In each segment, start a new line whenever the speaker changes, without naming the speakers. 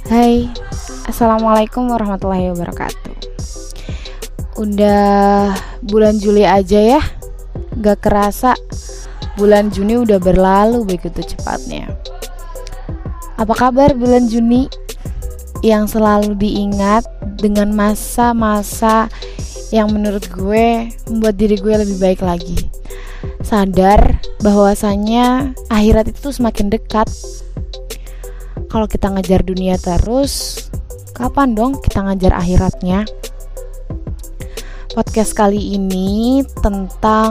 Hai, Assalamualaikum warahmatullahi wabarakatuh. Udah bulan Juli aja ya. Gak kerasa bulan Juni udah berlalu begitu cepatnya. Apa kabar bulan Juni yang selalu diingat dengan masa-masa yang menurut gue membuat diri gue lebih baik lagi. Sadar bahwasanya akhirat itu semakin dekat. Kalau kita ngejar dunia terus, kapan dong kita ngejar akhiratnya? Podcast kali ini tentang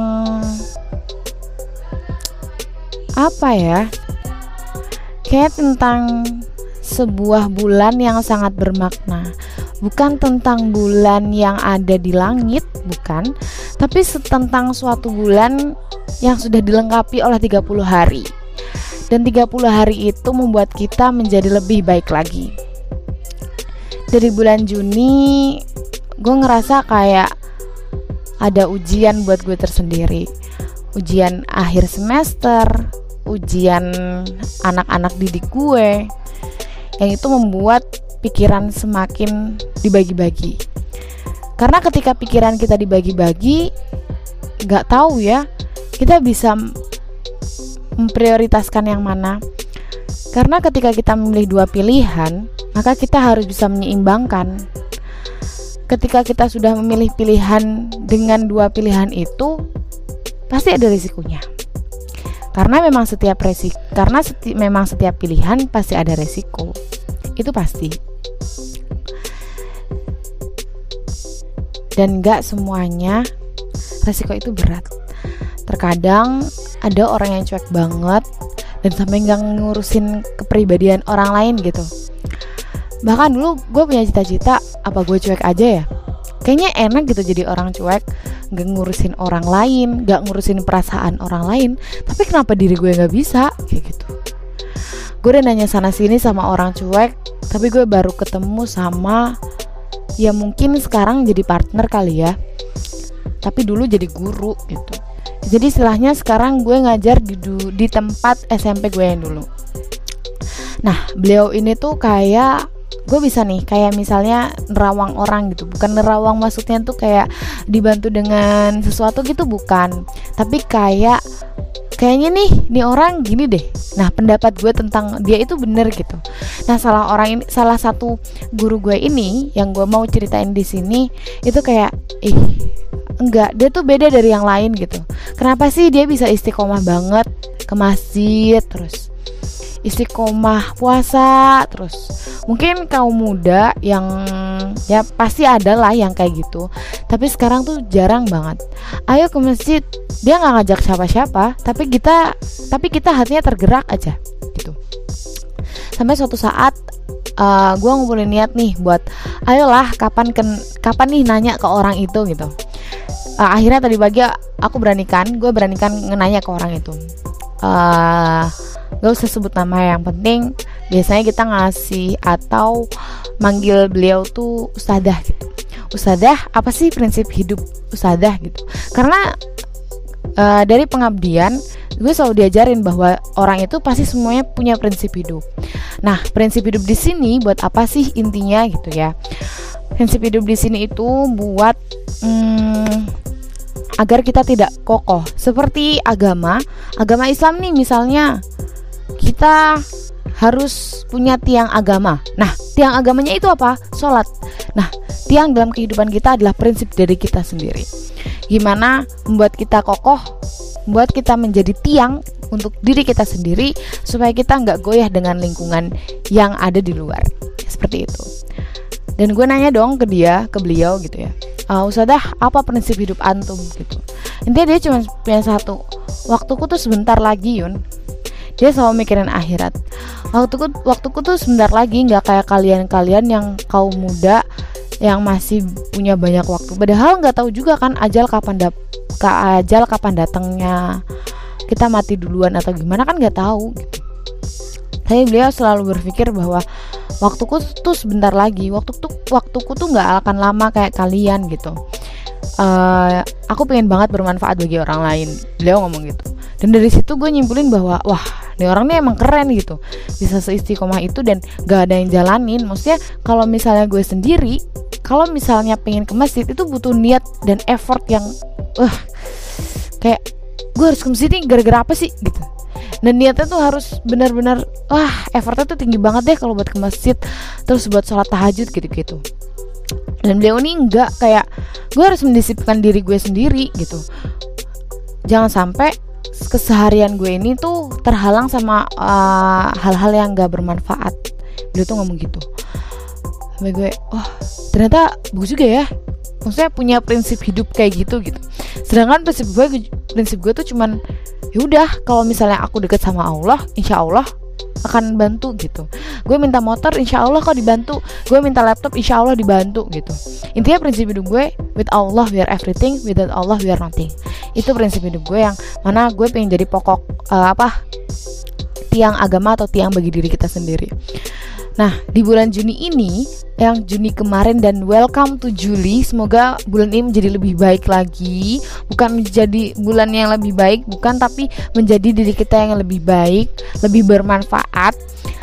apa ya? Kayak tentang sebuah bulan yang sangat bermakna. Bukan tentang bulan yang ada di langit, bukan, tapi tentang suatu bulan yang sudah dilengkapi oleh 30 hari. Dan 30 hari itu membuat kita menjadi lebih baik lagi. Dari bulan Juni, gue ngerasa kayak ada ujian buat gue tersendiri. Ujian akhir semester, ujian anak-anak didik gue, yang itu membuat pikiran semakin dibagi-bagi. Karena ketika pikiran kita dibagi-bagi, gak tahu ya, kita bisa memprioritaskan yang mana. Karena ketika kita memilih dua pilihan, maka kita harus bisa menyeimbangkan. Ketika kita sudah memilih pilihan dengan dua pilihan itu, pasti ada risikonya. Karena memang setiap pilihan pasti ada risiko. Itu pasti. Dan gak semuanya risiko itu berat. Terkadang ada orang yang cuek banget dan sampai gak ngurusin kepribadian orang lain gitu. Bahkan dulu gue punya cita-cita, apa gue cuek aja ya? Kayaknya enak gitu jadi orang cuek, gak ngurusin orang lain, gak ngurusin perasaan orang lain. Tapi kenapa diri gue gak bisa? Kayak gitu. Gue udah nanya sana sini sama orang cuek, tapi gue baru ketemu sama, ya mungkin sekarang jadi partner kali ya, tapi dulu jadi guru gitu. Jadi istilahnya sekarang gue ngajar di tempat SMP gue yang dulu. Nah, beliau ini tuh kayak, gue bisa nih kayak misalnya nerawang orang gitu. Bukan nerawang maksudnya tuh kayak dibantu dengan sesuatu gitu, bukan. Tapi kayaknya nih orang gini deh. Nah, pendapat gue tentang dia itu bener gitu. Nah, salah satu guru gue ini yang gue mau ceritain di sini itu kayak enggak, dia tuh beda dari yang lain gitu. Kenapa sih dia bisa istiqomah banget ke masjid, terus istiqomah puasa, terus mungkin kaum muda yang ya pasti ada lah yang kayak gitu. Tapi sekarang tuh jarang banget. Ayo ke masjid, dia nggak ngajak siapa-siapa, tapi kita hatinya tergerak aja gitu. Sampai suatu saat gue ngumpulin niat nih buat ayolah kapan nih nanya ke orang itu gitu. Akhirnya tadi pagi gue beranikan nanya ke orang itu. Gak usah sebut nama, yang penting biasanya kita ngasih atau manggil beliau tuh ustadzah gitu. Ustadzah, apa sih prinsip hidup ustadzah gitu. Karena dari pengabdian gue selalu diajarin bahwa orang itu pasti semuanya punya prinsip hidup. Nah, prinsip hidup di sini buat apa sih intinya gitu ya? Prinsip hidup di sini itu buat agar kita tidak kokoh. Seperti agama Islam nih misalnya, kita harus punya tiang agama. Nah, tiang agamanya itu apa? Sholat. Nah, tiang dalam kehidupan kita adalah prinsip dari kita sendiri. Gimana membuat kita kokoh, membuat kita menjadi tiang untuk diri kita sendiri, supaya kita gak goyah dengan lingkungan yang ada di luar. Seperti itu. Dan gue nanya dong ke beliau gitu ya, Ustadzah, apa prinsip hidup antum gitu. Intinya dia cuma punya satu, waktuku tuh sebentar lagi Yun. Dia selalu mikirin akhirat. Waktuku tuh sebentar lagi, gak kayak kalian yang kaum muda yang masih punya banyak waktu. Padahal gak tahu juga kan ajal kapan datangnya, kita mati duluan atau gimana kan gak tahu gitu. Tapi beliau selalu berpikir bahwa waktuku tuh sebentar lagi, waktuku tuh gak akan lama kayak kalian gitu. Aku pengen banget bermanfaat bagi orang lain, beliau ngomong gitu. Dan dari situ gue nyimpulin bahwa wah, nih orang nih emang keren gitu, bisa seistiqomah itu dan gak ada yang jalanin. Maksudnya kalau misalnya gue sendiri, kalau misalnya pengen ke masjid itu butuh niat dan effort yang kayak gue harus ke masjid nih gara-gara apa sih gitu. Dan niatnya tuh harus benar-benar effortnya tuh tinggi banget deh kalau buat ke masjid, terus buat sholat tahajud gitu-gitu. Dan beliau ini enggak, kayak gue harus mendisiplinkan diri gue sendiri gitu. Jangan sampai keseharian gue ini tuh terhalang sama hal-hal yang gak bermanfaat. Beliau tuh ngomong gitu. Sampai gue, ternyata bagus juga ya. Maksudnya punya prinsip hidup kayak gitu. Sedangkan prinsip gue tuh cuman ya udah, kalau misalnya aku deket sama Allah, insya Allah akan bantu gitu. Gue minta motor, insya Allah kok dibantu. Gue minta laptop, insya Allah dibantu gitu. Intinya prinsip hidup gue, with Allah we are everything, without Allah we are nothing. Itu prinsip hidup gue yang mana gue pengen jadi pokok tiang agama atau tiang bagi diri kita sendiri. Nah, di bulan Juni ini, yang Juni kemarin dan welcome to Juli, semoga bulan ini menjadi lebih baik lagi. Bukan menjadi bulan yang lebih baik, bukan, tapi menjadi diri kita yang lebih baik, lebih bermanfaat,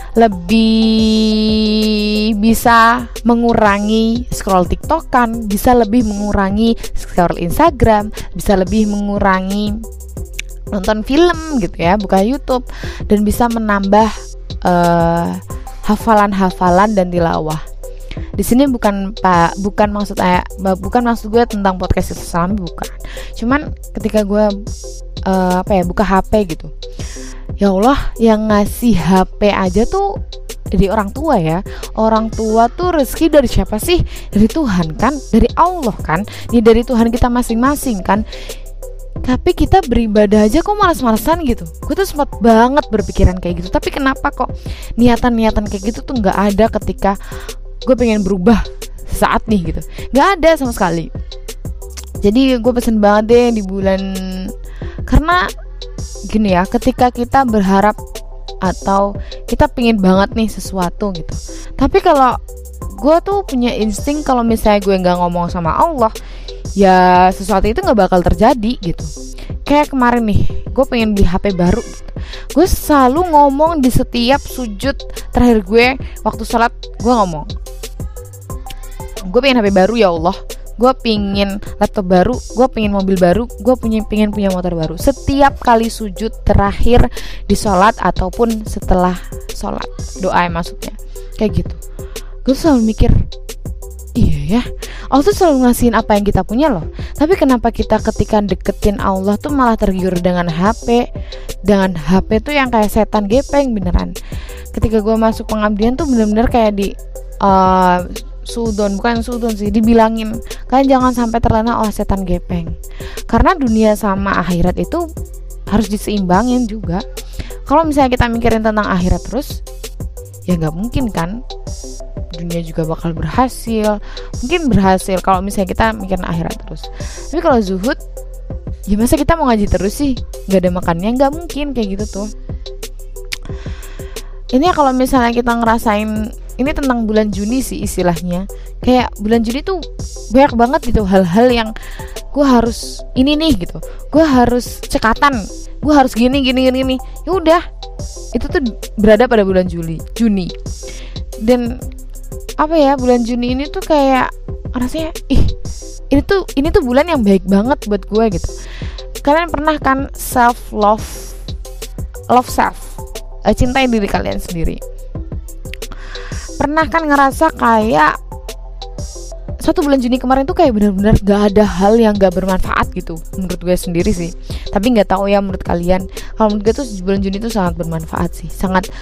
lebih bisa mengurangi scroll TikTokan, bisa lebih mengurangi scroll Instagram, bisa lebih mengurangi nonton film gitu ya, buka YouTube, dan bisa menambah hafalan-hafalan dan tilawah. Di sini bukan maksud gue tentang podcast Islami, bukan. Cuman ketika gue buka HP gitu, ya Allah, yang ngasih HP aja tuh dari orang tua ya. Orang tua tuh rezeki dari siapa sih? Dari Tuhan kan, dari Allah kan, ini dari Tuhan kita masing-masing kan. Tapi kita beribadah aja kok malas-malasan gitu. Gue tuh sempat banget berpikiran kayak gitu. Tapi kenapa kok niatan-niatan kayak gitu tuh gak ada ketika gue pengen berubah saat nih gitu. Gak ada sama sekali. Jadi gue pesen banget deh di bulan, karena gini ya, ketika kita berharap atau kita pengen banget nih sesuatu gitu, tapi kalau gue tuh punya insting kalau misalnya gue gak ngomong sama Allah, ya sesuatu itu gak bakal terjadi gitu. Kayak kemarin nih, gue pengen beli HP baru gitu. Gue selalu ngomong di setiap sujud terakhir gue waktu sholat, gue ngomong, gue pengen HP baru ya Allah, gue pengen laptop baru, gue pengen mobil baru, gue pengen punya motor baru. Setiap kali sujud terakhir di sholat ataupun setelah sholat, doa maksudnya kayak gitu. Gue selalu mikir, iya ya, Allah tuh selalu ngasihin apa yang kita punya loh. Tapi kenapa kita ketika deketin Allah tuh malah tergiur dengan HP? Dengan HP tuh yang kayak setan gepeng beneran. Ketika gue masuk pengabdian tuh bener-bener kayak di bukan sudon sih, dibilangin kalian jangan sampai terlena oleh setan gepeng. Karena dunia sama akhirat itu harus diseimbangin juga. Kalau misalnya kita mikirin tentang akhirat terus, ya nggak mungkin kan. Dunia juga bakal berhasil, mungkin berhasil kalau misalnya kita mikirin akhirat terus. Tapi kalau zuhud, ya masa kita mau ngaji terus sih, nggak ada makannya? Nggak mungkin kayak gitu tuh. Ini kalau misalnya kita ngerasain, ini tentang bulan Juni sih istilahnya. Kayak bulan Juni tuh banyak banget gitu hal-hal yang gue harus ini nih gitu, gue harus cekatan, gue harus gini. Ya udah, itu tuh berada pada bulan Juni. Dan apa ya, bulan Juni ini tuh kayak rasanya ini tuh bulan yang baik banget buat gue gitu. Kalian pernah kan love self, cintai diri kalian sendiri. Pernah kan ngerasa kayak suatu bulan Juni kemarin tuh kayak benar-benar gak ada hal yang gak bermanfaat gitu, menurut gue sendiri sih. Tapi nggak tahu ya menurut kalian. Kalau menurut gue tuh bulan Juni tuh sangat bermanfaat sih, sangat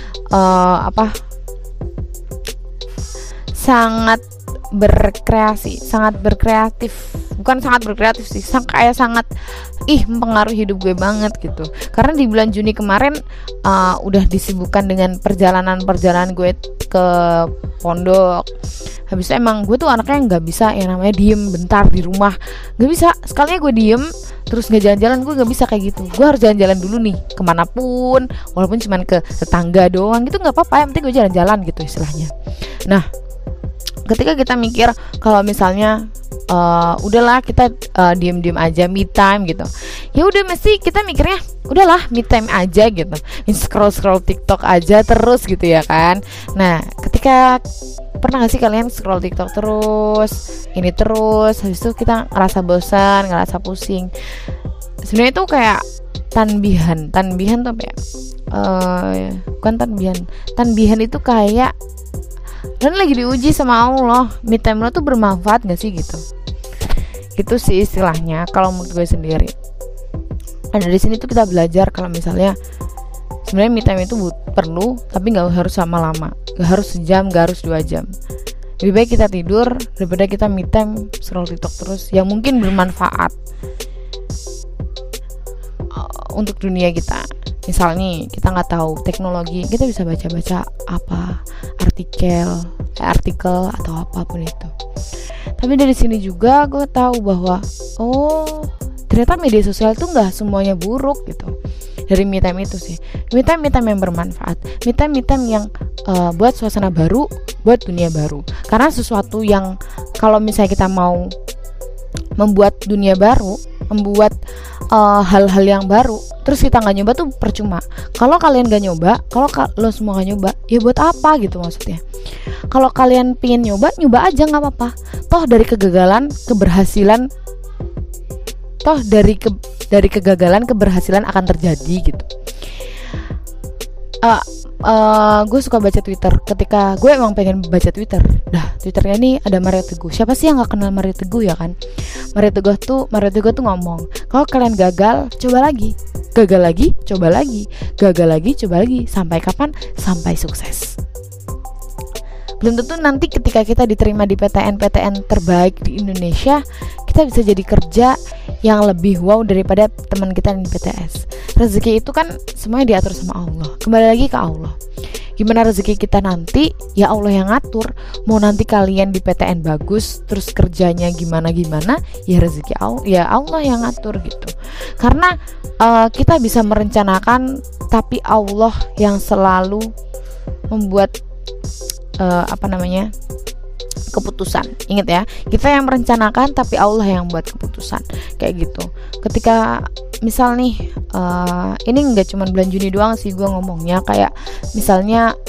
sangat berkreasi, sangat berkreatif. Bukan sangat berkreatif sih, kayak sangat mempengaruhi hidup gue banget gitu. Karena di bulan Juni kemarin udah disibukkan dengan perjalanan gue ke pondok. Habis itu emang gue tuh anaknya gak bisa yang namanya diem bentar di rumah, gak bisa. Sekalinya gue diem terus gak jalan-jalan, gue gak bisa kayak gitu. Gue harus jalan-jalan dulu nih, kemanapun, walaupun cuman ke tetangga doang gitu gak apa-apa, yang penting gue jalan-jalan gitu istilahnya. Nah, ketika kita mikir kalau misalnya udahlah kita diem-diem aja, me time gitu, ya udah mesti kita mikirnya udahlah me time aja gitu, scroll TikTok aja terus gitu ya kan. Nah ketika pernah gak sih kalian scroll TikTok terus, ini terus, habis itu kita ngerasa bosan, ngerasa pusing. Sebenarnya itu kayak tanbihan tuh apa ya? Bukan tanbihan itu kayak dan lagi diuji sama Allah, me time lo tuh bermanfaat gak sih gitu. Gitu sih istilahnya kalau menurut gue sendiri. Nah dari sini tuh kita belajar kalau misalnya sebenarnya me time itu perlu, tapi nggak harus lama-lama, nggak harus sejam, nggak harus 2 jam. Lebih baik kita tidur daripada kita me time scroll TikTok terus yang mungkin bermanfaat untuk dunia kita. Misalnya kita nggak tahu teknologi, kita bisa baca-baca apa artikel atau apapun itu. Tapi dari sini juga gue tahu bahwa ternyata media sosial tuh nggak semuanya buruk gitu. Dari me time itu sih, me time yang bermanfaat, me time yang buat suasana baru, buat dunia baru. Karena sesuatu yang kalau misalnya kita mau membuat dunia baru, membuat hal-hal yang baru, terus kita nggak nyoba tuh percuma. Kalau kalian nggak nyoba, kalau lo semua nggak nyoba, ya buat apa gitu maksudnya. Kalau kalian pingin nyoba aja nggak apa-apa. Toh dari kegagalan keberhasilan, dari kegagalan keberhasilan akan terjadi gitu. Gue suka baca Twitter. Ketika gue emang pengen baca Twitter, Twitternya nih ada Mario Teguh. Siapa sih yang nggak kenal Mario Teguh ya kan? Mario Teguh tuh ngomong, kalau kalian gagal, coba lagi, gagal lagi, coba lagi, gagal lagi, coba lagi, sampai kapan? Sampai sukses. Belum tentu nanti ketika kita diterima di PTN terbaik di Indonesia, kita bisa jadi kerja yang lebih wow daripada teman kita di PTS. Rezeki itu kan semuanya diatur sama Allah. Kembali lagi ke Allah. Gimana rezeki kita nanti, ya Allah yang ngatur. Mau nanti kalian di PTN bagus, terus kerjanya gimana, ya rezeki Allah, ya Allah yang ngatur gitu. Karena kita bisa merencanakan, tapi Allah yang selalu membuat keputusan. Ingat ya, kita yang merencanakan tapi Allah yang buat keputusan, kayak gitu. Ketika misal nih ini nggak cuma bulan Juni doang sih gue ngomongnya, kayak misalnya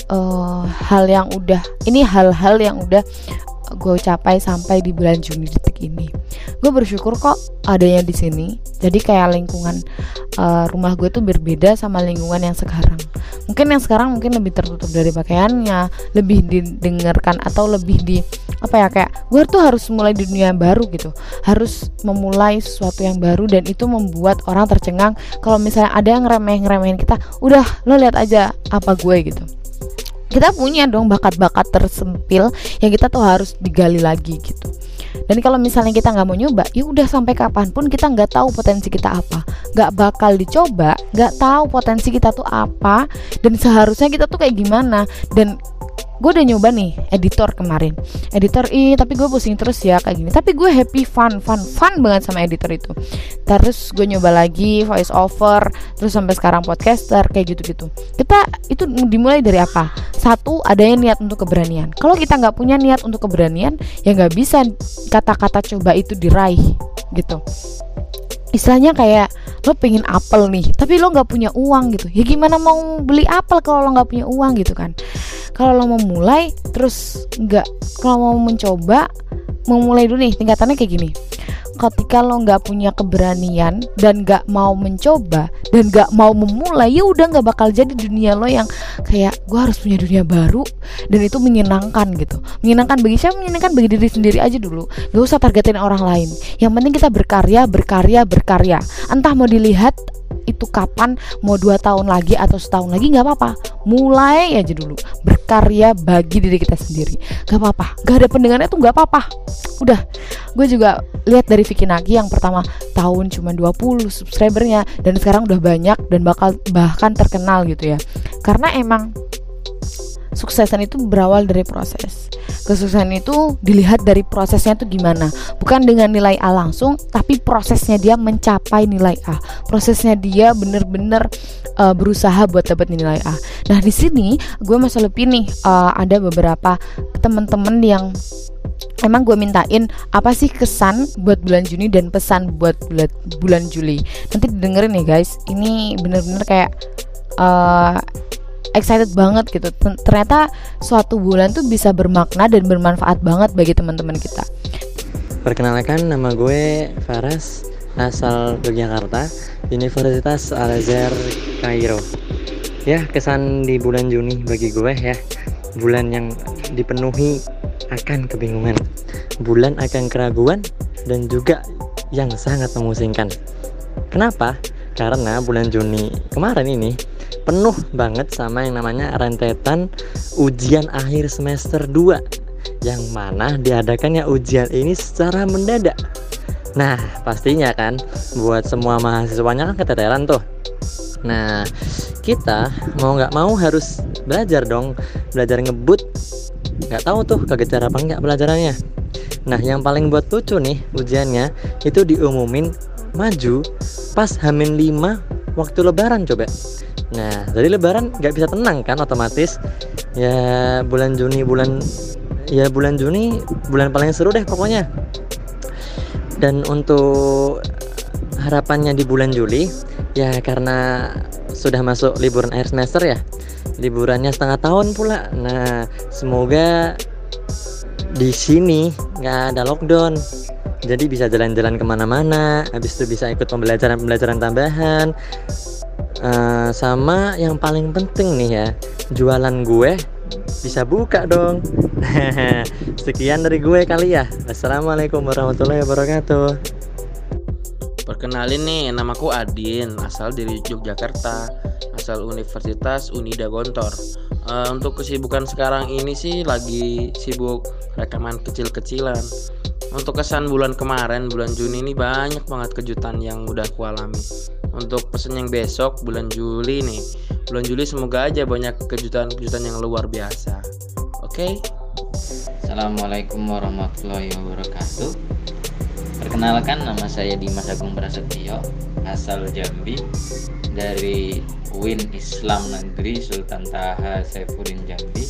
hal-hal yang udah gue capai sampai di bulan Juni detik ini, gue bersyukur kok adanya di sini. Jadi kayak lingkungan rumah gue tuh berbeda sama lingkungan yang sekarang. Mungkin yang sekarang lebih tertutup dari pakaiannya, lebih didengarkan atau lebih kayak gue tuh harus mulai di dunia baru gitu, harus memulai sesuatu yang baru, dan itu membuat orang tercengang. Kalau misalnya ada yang ngeremehin kita, udah lo lihat aja apa gue gitu. Kita punya dong bakat-bakat tersempil yang kita tuh harus digali lagi gitu. Dan kalau misalnya kita nggak mau nyoba, ya udah sampai kapanpun kita nggak tahu potensi kita apa, nggak bakal dicoba, nggak tahu potensi kita tuh apa, dan seharusnya kita tuh kayak gimana. Dan gue udah nyoba nih editor kemarin, tapi gue pusing terus ya kayak gini. Tapi gue happy, fun banget sama editor itu. Terus gue nyoba lagi voice over, terus sampai sekarang podcaster kayak gitu. Kita itu dimulai dari apa? Satu, adanya niat untuk keberanian. Kalau kita nggak punya niat untuk keberanian, ya nggak bisa kata-kata coba itu diraih gitu. Istilahnya kayak lo pengen apel nih, tapi lo nggak punya uang gitu. Ya gimana mau beli apel kalau lo nggak punya uang gitu kan? Kalau lo mau mulai terus kalau mau mencoba, mau mulai dulu nih tingkatannya kayak gini. Ketika lo nggak punya keberanian dan nggak mau mencoba dan nggak mau memulai, ya udah nggak bakal jadi dunia lo yang kayak gue harus punya dunia baru dan itu menyenangkan gitu. Menyenangkan bagi siapa? Menyenangkan bagi diri sendiri aja dulu. Gak usah targetin orang lain. Yang penting kita berkarya. Entah mau dilihat itu kapan, mau 2 tahun lagi atau setahun lagi, gak apa-apa. Mulai aja dulu berkarya bagi diri kita sendiri, gak apa-apa. Gak ada pendengarnya tuh gak apa-apa. Udah, gue juga lihat dari Vicky Nagi yang pertama tahun cuma 20 subscribernya, dan sekarang udah banyak dan bahkan terkenal gitu ya. Karena emang suksesan itu berawal dari proses. Kesuksesan itu dilihat dari prosesnya tuh gimana, bukan dengan nilai A langsung, tapi prosesnya dia mencapai nilai A. Prosesnya dia bener-bener berusaha buat dapat nilai A. Nah di sini gue masih lebih nih ada beberapa teman-teman yang emang gue mintain apa sih kesan buat bulan Juni dan pesan buat bulan Juli. Nanti dengerin nih guys, ini bener-bener kayak excited banget gitu. Ternyata suatu bulan tuh bisa bermakna dan bermanfaat banget bagi teman-teman kita.
Perkenalkan, nama gue Faras, asal Yogyakarta, Universitas Al-Azhar Kairo. Ya, kesan di bulan Juni bagi gue ya, bulan yang dipenuhi akan kebingungan, bulan akan keraguan, dan juga yang sangat memusingkan. Kenapa? Karena bulan Juni kemarin ini penuh banget sama yang namanya rentetan ujian akhir semester 2, yang mana diadakannya ujian ini secara mendadak. Nah, pastinya kan buat semua mahasiswanya kan keteteran tuh. Nah, kita mau nggak mau harus belajar dong, belajar ngebut. Nggak tahu tuh kegejar apa nggak pelajarannya. Nah, yang paling buat lucu nih ujiannya itu diumumin maju pas H-5 waktu lebaran coba. Nah, dari lebaran nggak bisa tenang kan otomatis. Ya bulan Juni bulan paling seru deh pokoknya. Dan untuk harapannya di bulan Juli ya, karena sudah masuk liburan akhir semester ya, liburannya setengah tahun pula. Nah, semoga di sini nggak ada lockdown, jadi bisa jalan-jalan kemana-mana. Habis itu bisa ikut pembelajaran tambahan. Sama yang paling penting nih ya, jualan gue bisa buka dong. Sekian dari gue kali ya. Assalamualaikum warahmatullahi wabarakatuh.
Perkenalin nih, namaku Adin, asal dari Yogyakarta, asal Universitas Unida Gontor. Untuk kesibukan sekarang ini sih lagi sibuk rekaman kecil-kecilan. Untuk kesan bulan kemarin, bulan Juni ini banyak banget kejutan yang udah aku alami. Untuk pesan yang besok, bulan Juli nih, bulan Juli semoga aja banyak kejutan-kejutan yang luar biasa. Oke?
Assalamualaikum warahmatullahi wabarakatuh. Perkenalkan, nama saya Dimas Agung Prasetyo, asal Jambi, dari UIN Islam Negeri Sultan Taha Saifuddin Jambi.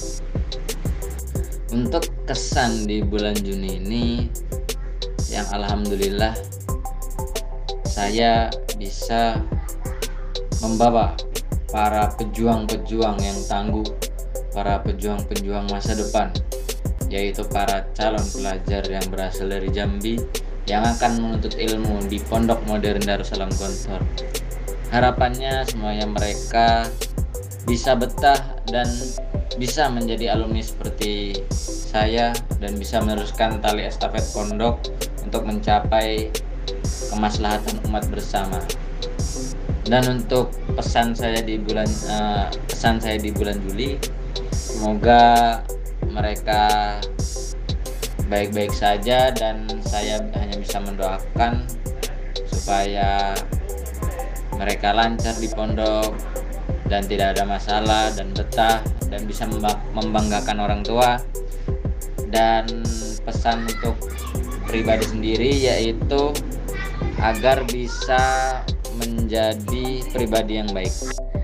Untuk kesan di bulan Juni ini, yang alhamdulillah saya bisa membawa para pejuang-pejuang yang tangguh, para pejuang-pejuang masa depan, yaitu para calon pelajar yang berasal dari Jambi yang akan menuntut ilmu di Pondok Modern Darussalam Gontor. Harapannya semuanya mereka bisa betah dan bisa menjadi alumni seperti saya dan bisa meneruskan tali estafet pondok untuk mencapai kemaslahatan umat bersama. Dan untuk pesan saya di bulan Juli, semoga mereka baik-baik saja, dan saya hanya bisa mendoakan supaya mereka lancar di pondok dan tidak ada masalah dan betah dan bisa membanggakan orang tua. Dan pesan untuk pribadi sendiri yaitu agar bisa menjadi pribadi yang baik.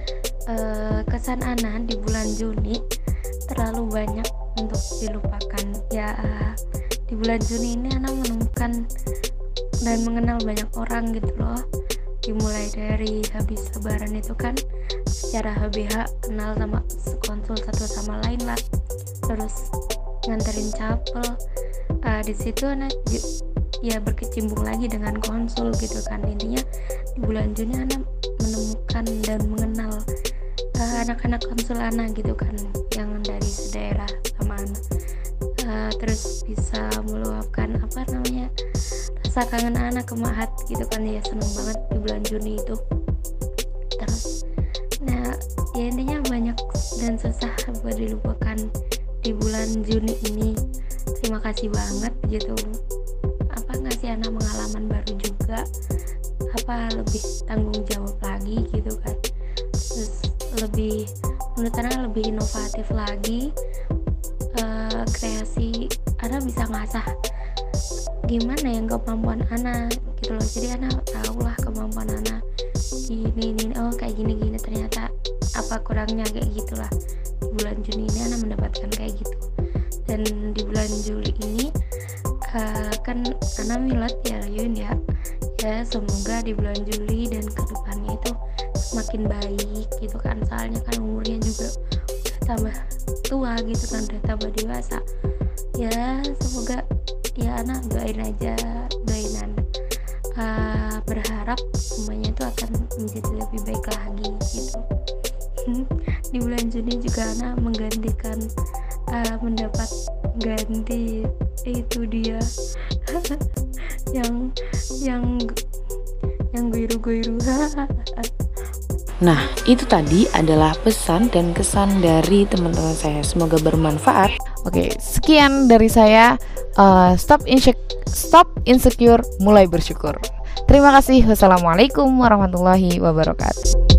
Kesan Ana di bulan Juni terlalu banyak untuk dilupakan ya. Di bulan Juni ini Ana menemukan dan mengenal banyak orang gitu loh. Dimulai dari habis lebaran itu kan secara HBH kenal sama konsul satu sama lain lah, terus nganterin chapel. Di situ Ana ya berkecimpung lagi dengan konsul gitu kan. Intinya di bulan Juni Ana menemukan dan mengenal anak-anak konsul Ana gitu kan, yang dari sedaerah sama Ana. Terus bisa meluapkan rasa kangen anak ke Mahat gitu kan. Ya seneng banget di bulan Juni itu. Terus ya intinya banyak dan susah buat dilupakan di bulan Juni ini. Terima kasih banget gitu, ngasih anak pengalaman baru juga, lebih tanggung jawab lagi gitu kan. Terus menurut anak lebih inovatif lagi, kreasi anak bisa ngasah gimana yang kemampuan anak gitu loh. Jadi anak tahu lah kemampuan anak ini kayak gini ternyata apa kurangnya kayak gitulah. Di bulan Juni ini anak mendapatkan kayak gitu. Dan di bulan Juli ini kan Ana milad ya Yun ya. Ya semoga di bulan Juli dan kedepannya itu semakin baik gitu kan, soalnya kan umurnya juga udah tambah tua gitu kan, udah tambah dewasa. Ya semoga ya Ana doain aja, doain Ana. Berharap semuanya itu akan menjadi lebih baik lagi gitu. Di bulan Juni juga Ana menggantikan mendapat ganti itu dia yang guiru-guiru.
Nah, itu tadi adalah pesan dan kesan dari teman-teman saya. Semoga bermanfaat. Oke, sekian dari saya. Stop insecure, mulai bersyukur. Terima kasih. Wassalamualaikum warahmatullahi wabarakatuh.